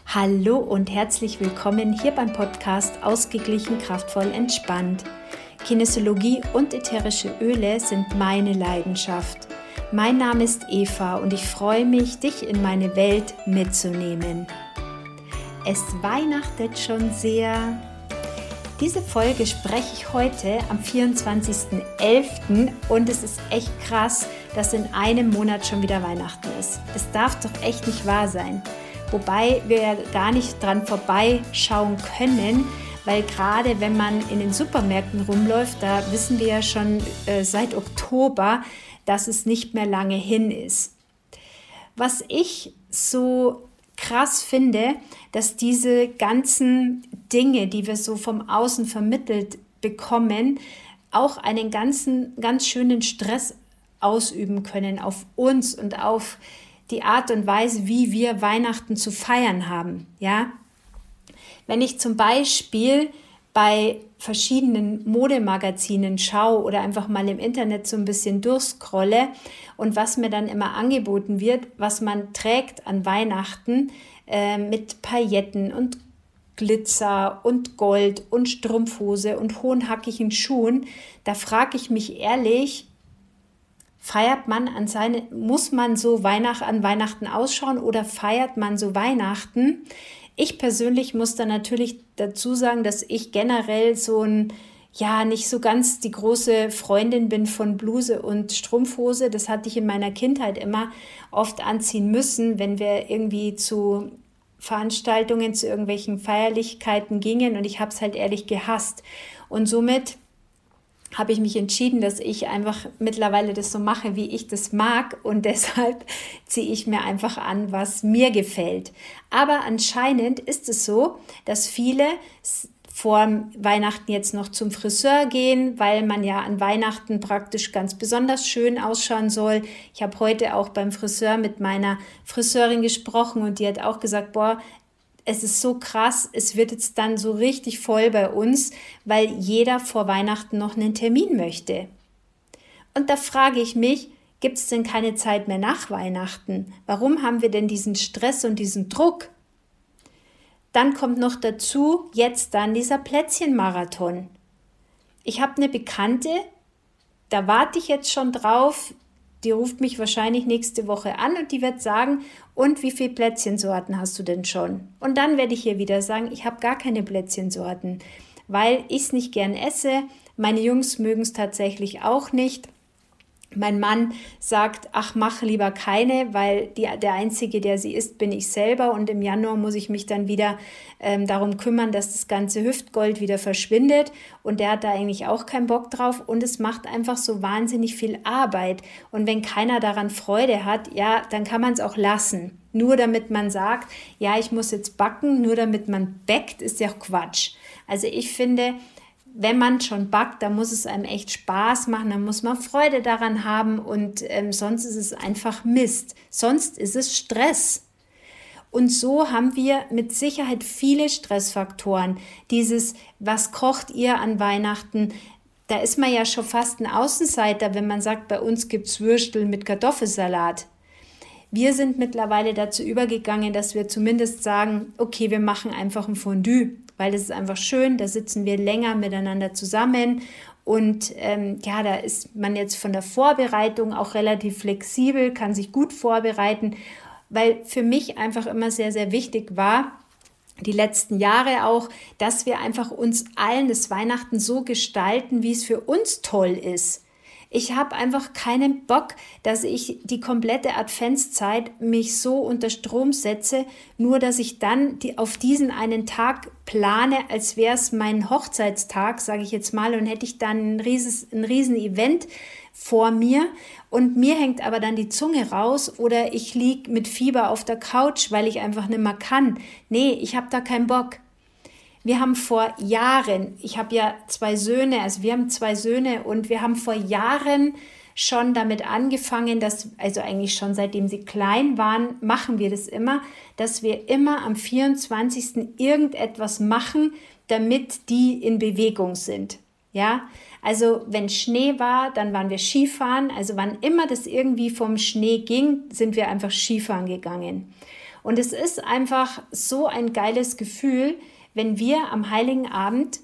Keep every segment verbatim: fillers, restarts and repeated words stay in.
Hallo und herzlich willkommen hier beim Podcast Ausgeglichen, kraftvoll, entspannt. Kinesiologie und ätherische Öle sind meine Leidenschaft. Mein Name ist Eva und ich freue mich, dich in meine Welt mitzunehmen. Es weihnachtet schon sehr. Diese Folge spreche ich heute am vierundzwanzigsten elften und es ist echt krass, dass in einem Monat schon wieder Weihnachten ist. Es darf doch echt nicht wahr sein. Wobei wir ja gar nicht dran vorbeischauen können, weil gerade wenn man in den Supermärkten rumläuft, da wissen wir ja schon äh, seit Oktober, dass es nicht mehr lange hin ist. Was ich so krass finde, dass diese ganzen Dinge, die wir so vom Außen vermittelt bekommen, auch einen ganzen, ganz schönen Stress ausüben können auf uns und auf die Art und Weise, wie wir Weihnachten zu feiern haben. Ja? Wenn ich zum Beispiel bei verschiedenen Modemagazinen schaue oder einfach mal im Internet so ein bisschen durchscrolle und was mir dann immer angeboten wird, was man trägt an Weihnachten äh, mit Pailletten und Glitzer und Gold und Strumpfhose und hohenhackigen Schuhen, da frage ich mich ehrlich, Feiert man an seine, muss man so Weihnacht, an Weihnachten ausschauen oder feiert man so Weihnachten? Ich persönlich muss da natürlich dazu sagen, dass ich generell so ein, ja, nicht so ganz die große Freundin bin von Bluse und Strumpfhose. Das hatte ich in meiner Kindheit immer oft anziehen müssen, wenn wir irgendwie zu Veranstaltungen, zu irgendwelchen Feierlichkeiten gingen und ich habe es halt ehrlich gehasst. Und somit habe ich mich entschieden, dass ich einfach mittlerweile das so mache, wie ich das mag und deshalb ziehe ich mir einfach an, was mir gefällt. Aber anscheinend ist es so, dass viele vor Weihnachten jetzt noch zum Friseur gehen, weil man ja an Weihnachten praktisch ganz besonders schön ausschauen soll. Ich habe heute auch beim Friseur mit meiner Friseurin gesprochen und die hat auch gesagt, boah, es ist so krass, es wird jetzt dann so richtig voll bei uns, weil jeder vor Weihnachten noch einen Termin möchte. Und da frage ich mich, gibt es denn keine Zeit mehr nach Weihnachten? Warum haben wir denn diesen Stress und diesen Druck? Dann kommt noch dazu, jetzt dann dieser Plätzchenmarathon. Ich habe eine Bekannte, da warte ich jetzt schon drauf, die ruft mich wahrscheinlich nächste Woche an und die wird sagen, und wie viele Plätzchensorten hast du denn schon? Und dann werde ich ihr wieder sagen, ich habe gar keine Plätzchensorten, weil ich es nicht gern esse. Meine Jungs mögen es tatsächlich auch nicht. Mein Mann sagt, ach, mach lieber keine, weil die, der Einzige, der sie isst, bin ich selber. Und im Januar muss ich mich dann wieder ähm, darum kümmern, dass das ganze Hüftgold wieder verschwindet. Und der hat da eigentlich auch keinen Bock drauf. Und es macht einfach so wahnsinnig viel Arbeit. Und wenn keiner daran Freude hat, ja, dann kann man es auch lassen. Nur damit man sagt, ja, ich muss jetzt backen, nur damit man backt, ist ja Quatsch. Also ich finde, wenn man schon backt, dann muss es einem echt Spaß machen, dann muss man Freude daran haben und ähm, sonst ist es einfach Mist. Sonst ist es Stress. Und so haben wir mit Sicherheit viele Stressfaktoren. Dieses, was kocht ihr an Weihnachten? Da ist man ja schon fast ein Außenseiter, wenn man sagt, bei uns gibt's Würstel mit Kartoffelsalat. Wir sind mittlerweile dazu übergegangen, dass wir zumindest sagen, okay, wir machen einfach ein Fondue, weil das ist einfach schön, da sitzen wir länger miteinander zusammen und ähm, ja, da ist man jetzt von der Vorbereitung auch relativ flexibel, kann sich gut vorbereiten, weil für mich einfach immer sehr, sehr wichtig war, die letzten Jahre auch, dass wir einfach uns allen das Weihnachten so gestalten, wie es für uns toll ist. Ich habe einfach keinen Bock, dass ich die komplette Adventszeit mich so unter Strom setze, nur dass ich dann die, auf diesen einen Tag plane, als wäre es mein Hochzeitstag, sage ich jetzt mal, und hätte ich dann ein rieses, ein riesen Event vor mir und mir hängt aber dann die Zunge raus oder ich liege mit Fieber auf der Couch, weil ich einfach nicht mehr kann. Nee, ich habe da keinen Bock. Wir haben vor Jahren, ich habe ja zwei Söhne, also wir haben zwei Söhne und wir haben vor Jahren schon damit angefangen, dass, also eigentlich schon seitdem sie klein waren, machen wir das immer, dass wir immer am vierundzwanzigsten irgendetwas machen, damit die in Bewegung sind. Ja, also wenn Schnee war, dann waren wir Skifahren, also wann immer das irgendwie vom Schnee ging, sind wir einfach Skifahren gegangen. Und es ist einfach so ein geiles Gefühl, wenn wir am Heiligen Abend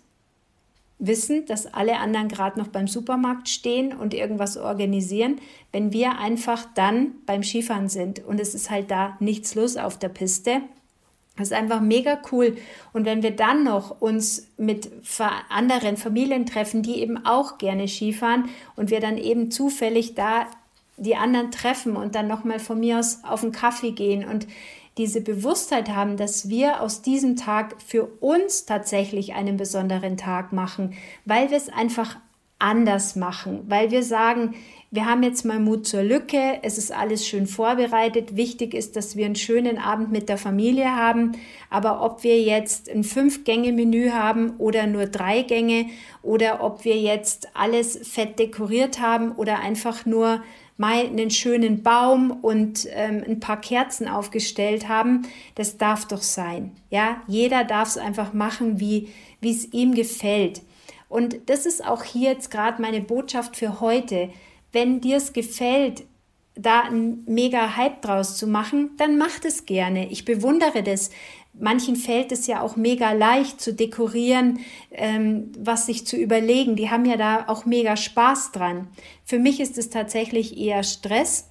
wissen, dass alle anderen gerade noch beim Supermarkt stehen und irgendwas organisieren, wenn wir einfach dann beim Skifahren sind und es ist halt da nichts los auf der Piste. Das ist einfach mega cool. Und wenn wir dann noch uns mit anderen Familien treffen, die eben auch gerne Skifahren und wir dann eben zufällig da die anderen treffen und dann nochmal von mir aus auf einen Kaffee gehen und diese Bewusstheit haben, dass wir aus diesem Tag für uns tatsächlich einen besonderen Tag machen, weil wir es einfach anders machen, weil wir sagen, wir haben jetzt mal Mut zur Lücke, es ist alles schön vorbereitet, wichtig ist, dass wir einen schönen Abend mit der Familie haben, aber ob wir jetzt ein Fünf-Gänge-Menü haben oder nur drei Gänge oder ob wir jetzt alles fett dekoriert haben oder einfach nur mal einen schönen Baum und ähm, ein paar Kerzen aufgestellt haben, das darf doch sein. Ja, jeder darf es einfach machen, wie wie es ihm gefällt. Und das ist auch hier jetzt gerade meine Botschaft für heute. Wenn dir es gefällt, da einen mega Hype draus zu machen, dann mach das gerne. Ich bewundere das. Manchen fällt es ja auch mega leicht zu dekorieren, ähm, was sich zu überlegen. Die haben ja da auch mega Spaß dran. Für mich ist es tatsächlich eher Stress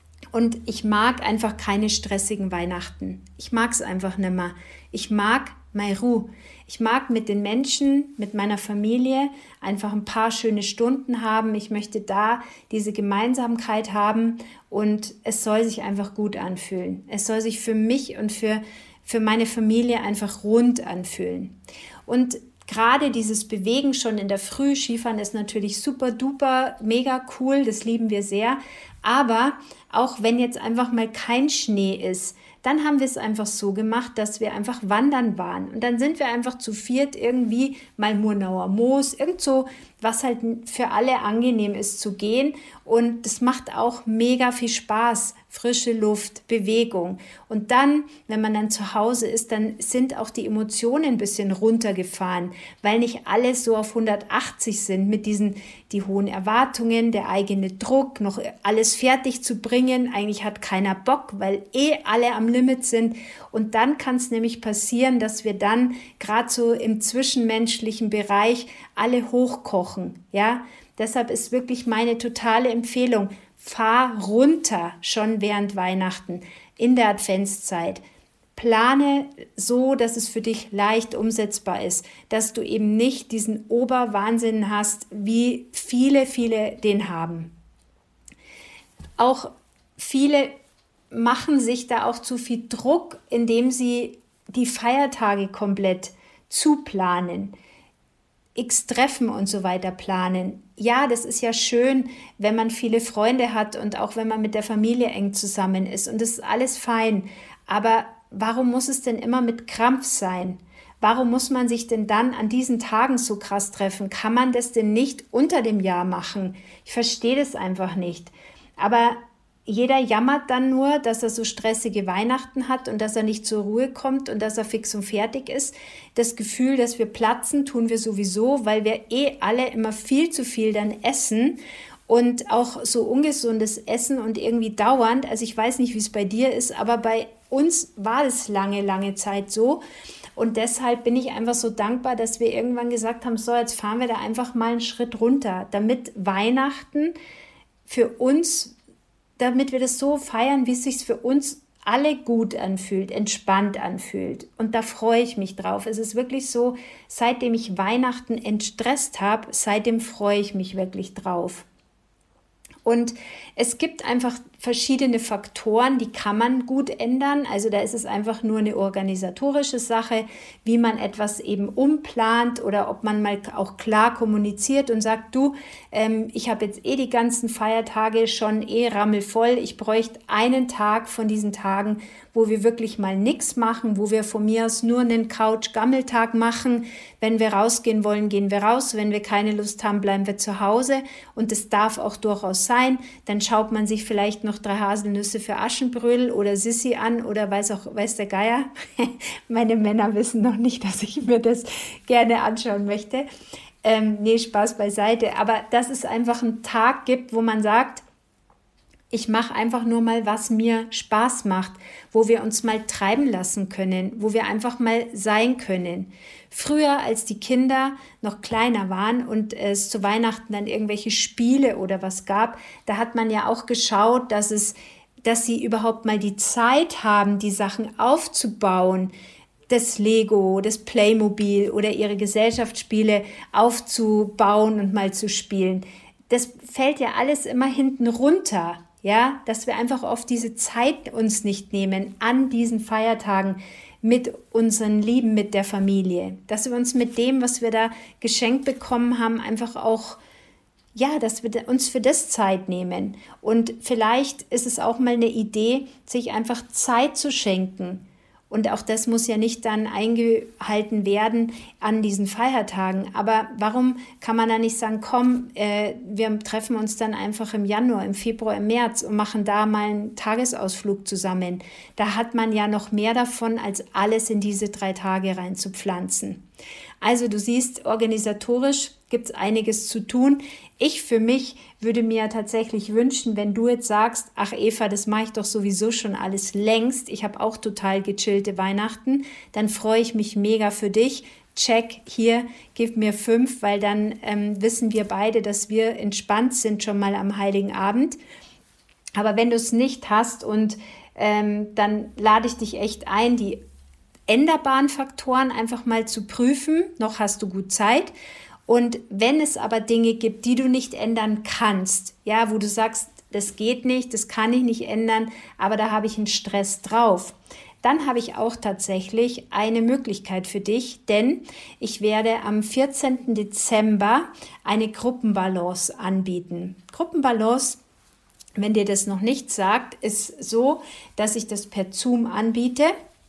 und ich mag einfach keine stressigen Weihnachten. Ich mag es einfach nicht mehr. Ich mag meine Ruhe. Ich mag mit den Menschen, mit meiner Familie einfach ein paar schöne Stunden haben. Ich möchte da diese Gemeinsamkeit haben und es soll sich einfach gut anfühlen. Es soll sich für mich und für für meine Familie einfach rund anfühlen. Und gerade dieses Bewegen schon in der Früh, Skifahren ist natürlich super duper, mega cool, das lieben wir sehr. Aber auch wenn jetzt einfach mal kein Schnee ist, dann haben wir es einfach so gemacht, dass wir einfach wandern waren. Und dann sind wir einfach zu viert irgendwie mal Murnauer Moos, irgend so, was halt für alle angenehm ist zu gehen. Und das macht auch mega viel Spaß. Frische Luft, Bewegung. Und dann, wenn man dann zu Hause ist, dann sind auch die Emotionen ein bisschen runtergefahren, weil nicht alle so auf hundertachtzig sind mit diesen, die hohen Erwartungen, der eigene Druck, noch alles fertig zu bringen. Eigentlich hat keiner Bock, weil eh alle am Limit sind. Und dann kann es nämlich passieren, dass wir dann gerade so im zwischenmenschlichen Bereich alle hochkochen. Ja, deshalb ist wirklich meine totale Empfehlung, fahr runter schon während Weihnachten in der Adventszeit. Plane so, dass es für dich leicht umsetzbar ist, dass du eben nicht diesen Oberwahnsinn hast, wie viele, viele den haben. Auch viele machen sich da auch zu viel Druck, indem sie die Feiertage komplett zuplanen. X-Treffen und so weiter planen. Ja, das ist ja schön, wenn man viele Freunde hat und auch wenn man mit der Familie eng zusammen ist und das ist alles fein. Aber warum muss es denn immer mit Krampf sein? Warum muss man sich denn dann an diesen Tagen so krass treffen? Kann man das denn nicht unter dem Jahr machen? Ich verstehe das einfach nicht. Aber jeder jammert dann nur, dass er so stressige Weihnachten hat und dass er nicht zur Ruhe kommt und dass er fix und fertig ist. Das Gefühl, dass wir platzen, tun wir sowieso, weil wir eh alle immer viel zu viel dann essen und auch so ungesundes Essen und irgendwie dauernd. Also ich weiß nicht, wie es bei dir ist, aber bei uns war es lange, lange Zeit so. Und deshalb bin ich einfach so dankbar, dass wir irgendwann gesagt haben, so, jetzt fahren wir da einfach mal einen Schritt runter, damit Weihnachten für uns, damit wir das so feiern, wie es sich für uns alle gut anfühlt, entspannt anfühlt. Und da freue ich mich drauf. Es ist wirklich so, seitdem ich Weihnachten entstresst habe, seitdem freue ich mich wirklich drauf. Und es gibt einfach verschiedene Faktoren, die kann man gut ändern. Also da ist es einfach nur eine organisatorische Sache, wie man etwas eben umplant oder ob man mal auch klar kommuniziert und sagt, du, ähm, ich habe jetzt eh die ganzen Feiertage schon eh rammelvoll. Ich bräuchte einen Tag von diesen Tagen, wo wir wirklich mal nichts machen, wo wir von mir aus nur einen Couch-Gammeltag machen. Wenn wir rausgehen wollen, gehen wir raus. Wenn wir keine Lust haben, bleiben wir zu Hause. Und das darf auch durchaus sein. Dann schaut man sich vielleicht noch drei Haselnüsse für Aschenbrödel oder Sissi an oder weiß auch, weiß der Geier. Meine Männer wissen noch nicht, dass ich mir das gerne anschauen möchte. Ähm, nee, Spaß beiseite. Aber dass es einfach einen Tag gibt, wo man sagt, Ich mache einfach nur mal, was mir Spaß macht, wo wir uns mal treiben lassen können, wo wir einfach mal sein können. Früher, als die Kinder noch kleiner waren und es zu Weihnachten dann irgendwelche Spiele oder was gab, da hat man ja auch geschaut, dass es, dass sie überhaupt mal die Zeit haben, die Sachen aufzubauen, das Lego, das Playmobil oder ihre Gesellschaftsspiele aufzubauen und mal zu spielen. Das fällt ja alles immer hinten runter. Ja, dass wir einfach oft diese Zeit uns nicht nehmen an diesen Feiertagen mit unseren Lieben, mit der Familie. Dass wir uns mit dem, was wir da geschenkt bekommen haben, einfach auch, ja, dass wir uns für das Zeit nehmen. Und vielleicht ist es auch mal eine Idee, sich einfach Zeit zu schenken. Und auch das muss ja nicht dann eingehalten werden an diesen Feiertagen. Aber warum kann man da nicht sagen, komm, äh, wir treffen uns dann einfach im Januar, im Februar, im März und machen da mal einen Tagesausflug zusammen. Da hat man ja noch mehr davon, als alles in diese drei Tage reinzupflanzen. Also du siehst, organisatorisch gibt es einiges zu tun. Ich für mich würde mir tatsächlich wünschen, wenn du jetzt sagst, ach Eva, das mache ich doch sowieso schon alles längst. Ich habe auch total gechillte Weihnachten. Dann freue ich mich mega für dich. Check hier, gib mir fünf, weil dann ähm, wissen wir beide, dass wir entspannt sind schon mal am Heiligen Abend. Aber wenn du es nicht hast und ähm, dann lade ich dich echt ein, die änderbaren Faktoren einfach mal zu prüfen. Noch hast du gut Zeit. Und wenn es aber Dinge gibt, die du nicht ändern kannst, ja, wo du sagst, das geht nicht, das kann ich nicht ändern, aber da habe ich einen Stress drauf, dann habe ich auch tatsächlich eine Möglichkeit für dich, denn ich werde am vierzehnten Dezember eine Gruppenbalance anbieten. Gruppenbalance, wenn dir das noch nicht sagt, ist so, dass ich das per Zoom anbiete.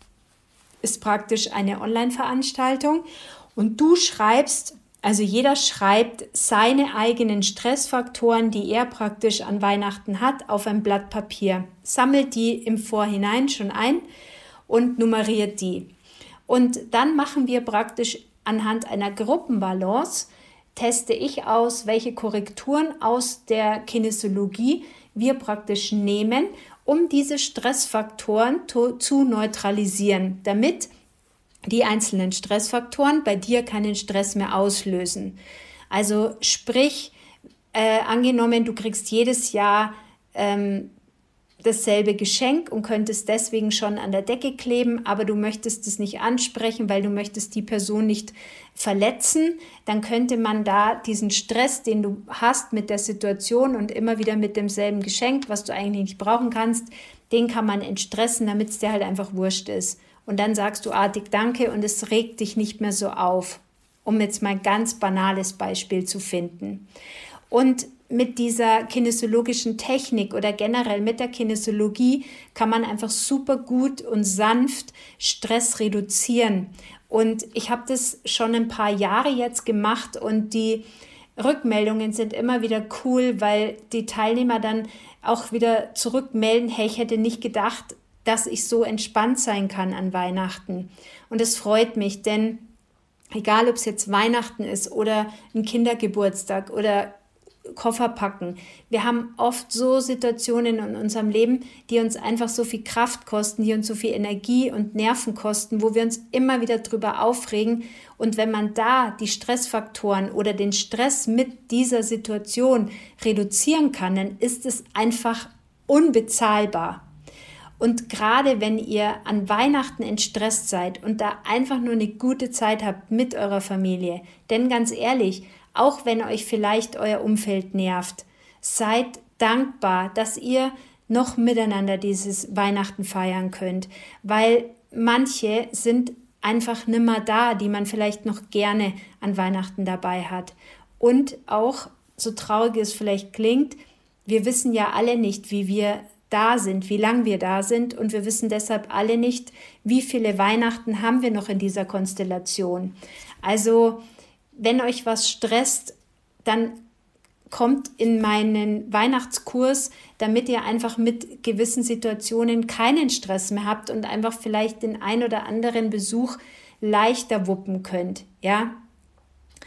Ist praktisch eine Online-Veranstaltung und du schreibst, also jeder schreibt seine eigenen Stressfaktoren, die er praktisch an Weihnachten hat, auf ein Blatt Papier, sammelt die im Vorhinein schon ein und nummeriert die. Und dann machen wir praktisch anhand einer Gruppenbalance, teste ich aus, welche Korrekturen aus der Kinesiologie wir praktisch nehmen, um diese Stressfaktoren to- zu neutralisieren, damit die einzelnen Stressfaktoren bei dir keinen Stress mehr auslösen. Also sprich, äh, angenommen, du kriegst jedes Jahr ähm, dasselbe Geschenk und könntest deswegen schon an der Decke kleben, aber du möchtest es nicht ansprechen, weil du möchtest die Person nicht verletzen, dann könnte man da diesen Stress, den du hast mit der Situation und immer wieder mit demselben Geschenk, was du eigentlich nicht brauchen kannst, den kann man entstressen, damit es dir halt einfach wurscht ist. Und dann sagst du artig Danke und es regt dich nicht mehr so auf, um jetzt mal ein ganz banales Beispiel zu finden. Und mit dieser kinesiologischen Technik oder generell mit der Kinesiologie kann man einfach super gut und sanft Stress reduzieren. Und ich habe das schon ein paar Jahre jetzt gemacht und die Rückmeldungen sind immer wieder cool, weil die Teilnehmer dann auch wieder zurückmelden, hey, ich hätte nicht gedacht, dass ich so entspannt sein kann an Weihnachten. Und es freut mich, denn egal, ob es jetzt Weihnachten ist oder ein Kindergeburtstag oder Koffer packen. Wir haben oft so Situationen in unserem Leben, die uns einfach so viel Kraft kosten, die uns so viel Energie und Nerven kosten, wo wir uns immer wieder drüber aufregen. Und wenn man da die Stressfaktoren oder den Stress mit dieser Situation reduzieren kann, dann ist es einfach unbezahlbar. Und gerade wenn ihr an Weihnachten entstresst seid und da einfach nur eine gute Zeit habt mit eurer Familie, denn ganz ehrlich, auch wenn euch vielleicht euer Umfeld nervt, seid dankbar, dass ihr noch miteinander dieses Weihnachten feiern könnt, weil manche sind einfach nimmer da, die man vielleicht noch gerne an Weihnachten dabei hat. Und auch, so traurig es vielleicht klingt, wir wissen ja alle nicht, wie wir da sind, wie lang wir da sind und wir wissen deshalb alle nicht, wie viele Weihnachten haben wir noch in dieser Konstellation. Also wenn euch was stresst, dann kommt in meinen Weihnachtskurs, damit ihr einfach mit gewissen Situationen keinen Stress mehr habt und einfach vielleicht den ein oder anderen Besuch leichter wuppen könnt, ja.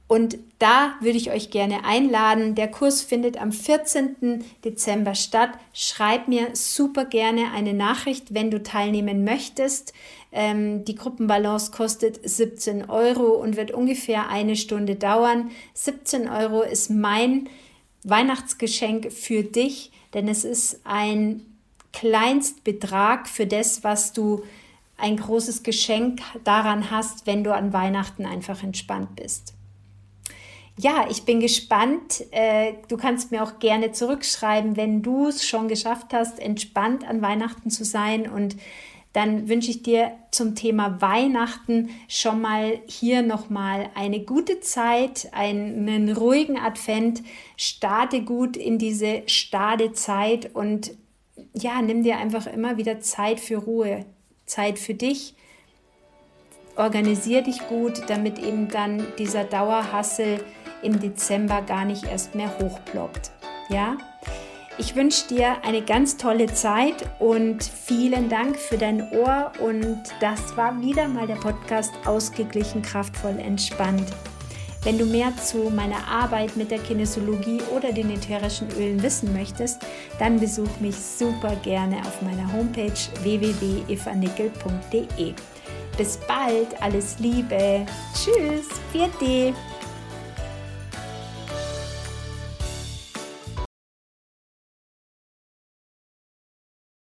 Und da würde ich euch gerne einladen. Der Kurs findet am vierzehnten Dezember statt. Schreib mir super gerne eine Nachricht, wenn du teilnehmen möchtest. Ähm, die Gruppenbalance kostet siebzehn Euro und wird ungefähr eine Stunde dauern. siebzehn Euro ist mein Weihnachtsgeschenk für dich, denn es ist ein Kleinstbetrag für das, was du ein großes Geschenk daran hast, wenn du an Weihnachten einfach entspannt bist. Ja, ich bin gespannt. Du kannst mir auch gerne zurückschreiben, wenn du es schon geschafft hast, entspannt an Weihnachten zu sein. Und dann wünsche ich dir zum Thema Weihnachten schon mal hier nochmal eine gute Zeit, einen ruhigen Advent. Starte gut in diese Stadezeit und ja, nimm dir einfach immer wieder Zeit für Ruhe, Zeit für dich. Organisier dich gut, damit eben dann dieser Dauerhassel im Dezember gar nicht erst mehr hochploppt. Ja? Ich wünsche dir eine ganz tolle Zeit und vielen Dank für dein Ohr. Und das war wieder mal der Podcast Ausgeglichen, kraftvoll, entspannt. Wenn du mehr zu meiner Arbeit mit der Kinesiologie oder den ätherischen Ölen wissen möchtest, dann besuch mich super gerne auf meiner Homepage w w w punkt eva nickel punkt d e. Bis bald, alles Liebe. Tschüss, vierte.